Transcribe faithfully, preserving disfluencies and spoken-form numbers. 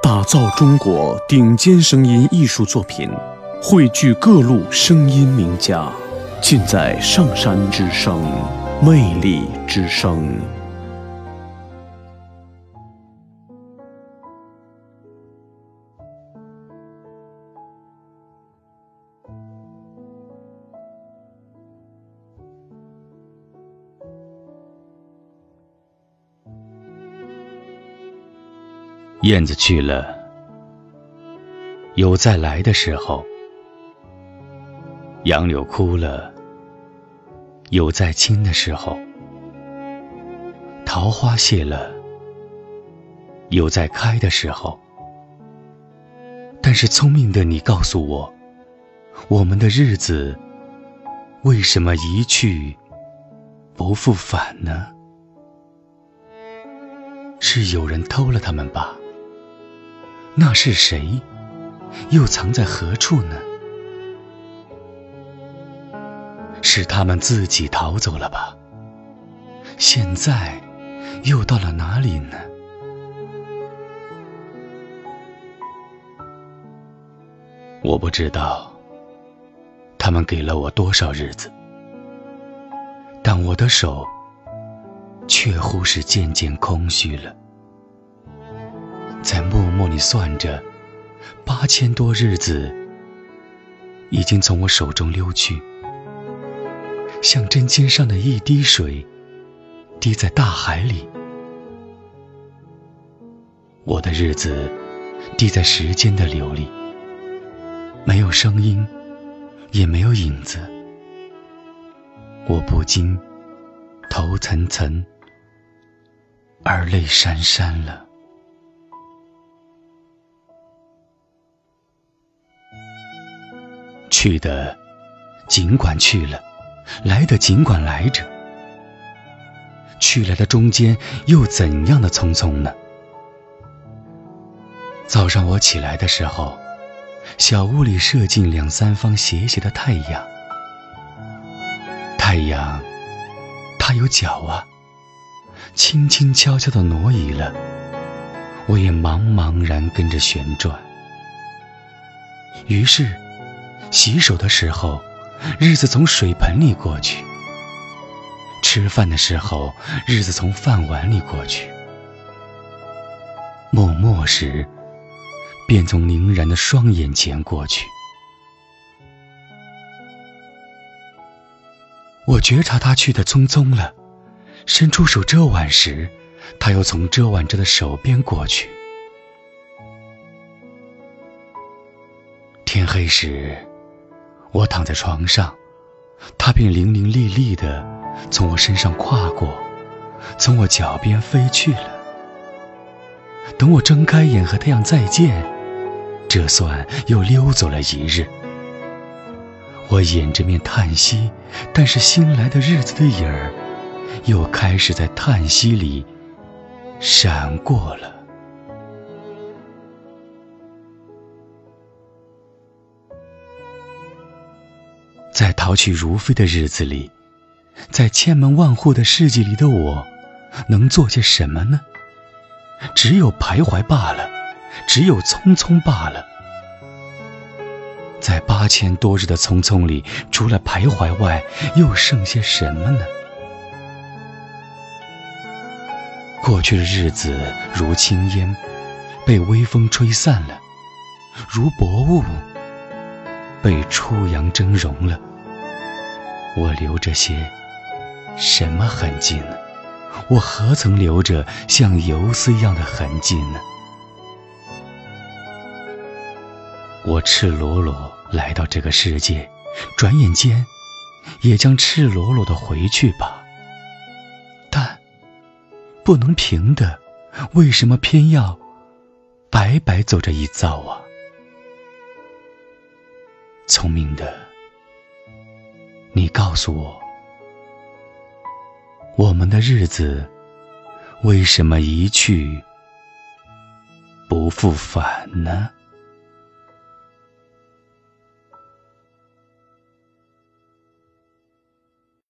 打造中国顶尖声音艺术作品，汇聚各路声音名家，尽在上山之声，魅力之声。 燕子去了，有再来的时候；杨柳枯了，有再青的时候；桃花谢了，有再开的时候。但是聪明的你告诉我，我们的日子为什么一去不复返呢？是有人偷了它们吧？那是谁？又藏在何处呢？是他们自己逃走了吧？现在又到了哪里呢？我不知道他们给了我多少日子，但我的手却乎是渐渐空虚了。在默默里算着，八千多日子已经从我手中溜去，像针尖上的一滴水，滴在大海里。我的日子滴在时间的流里，没有声音，也没有影子。我不禁头涔涔，而泪潸潸了。去的尽管去了，来的尽管来着。去来的中间又怎样的匆匆呢？早上我起来的时候，小屋里射进两三方斜斜的太阳。太阳它有脚啊，轻轻悄悄地挪移了，我也茫茫然跟着旋转。于是洗手的时候，日子从水盆里过去；吃饭的时候，日子从饭碗里过去；默默时，便从凝然的双眼前过去。我觉察他去得匆匆了，伸出手遮挽时，他又从遮挽着的手边过去。天黑时，我躺在床上，他便伶伶俐俐地从我身上跨过，从我脚边飞去了。等我睁开眼和太阳再见，这算又溜走了一日。我掩着面叹息，但是新来的日子的影儿又开始在叹息里闪过了。在逃去如飞的日子里，在千门万户的世界里的我，能做些什么呢？只有徘徊罢了，只有匆匆罢了。在八千多日的匆匆里，除了徘徊外，又剩些什么呢？过去的日子如轻烟，被微风吹散了；如薄雾，被初阳蒸融了。我留着些什么痕迹呢？我何曾留着像游丝一样的痕迹呢？我赤裸裸来到这个世界，转眼间也将赤裸裸的回去吧。但不能平的，为什么偏要白白走这一遭啊？聪明的，你告诉我，我们的日子为什么一去不复返呢？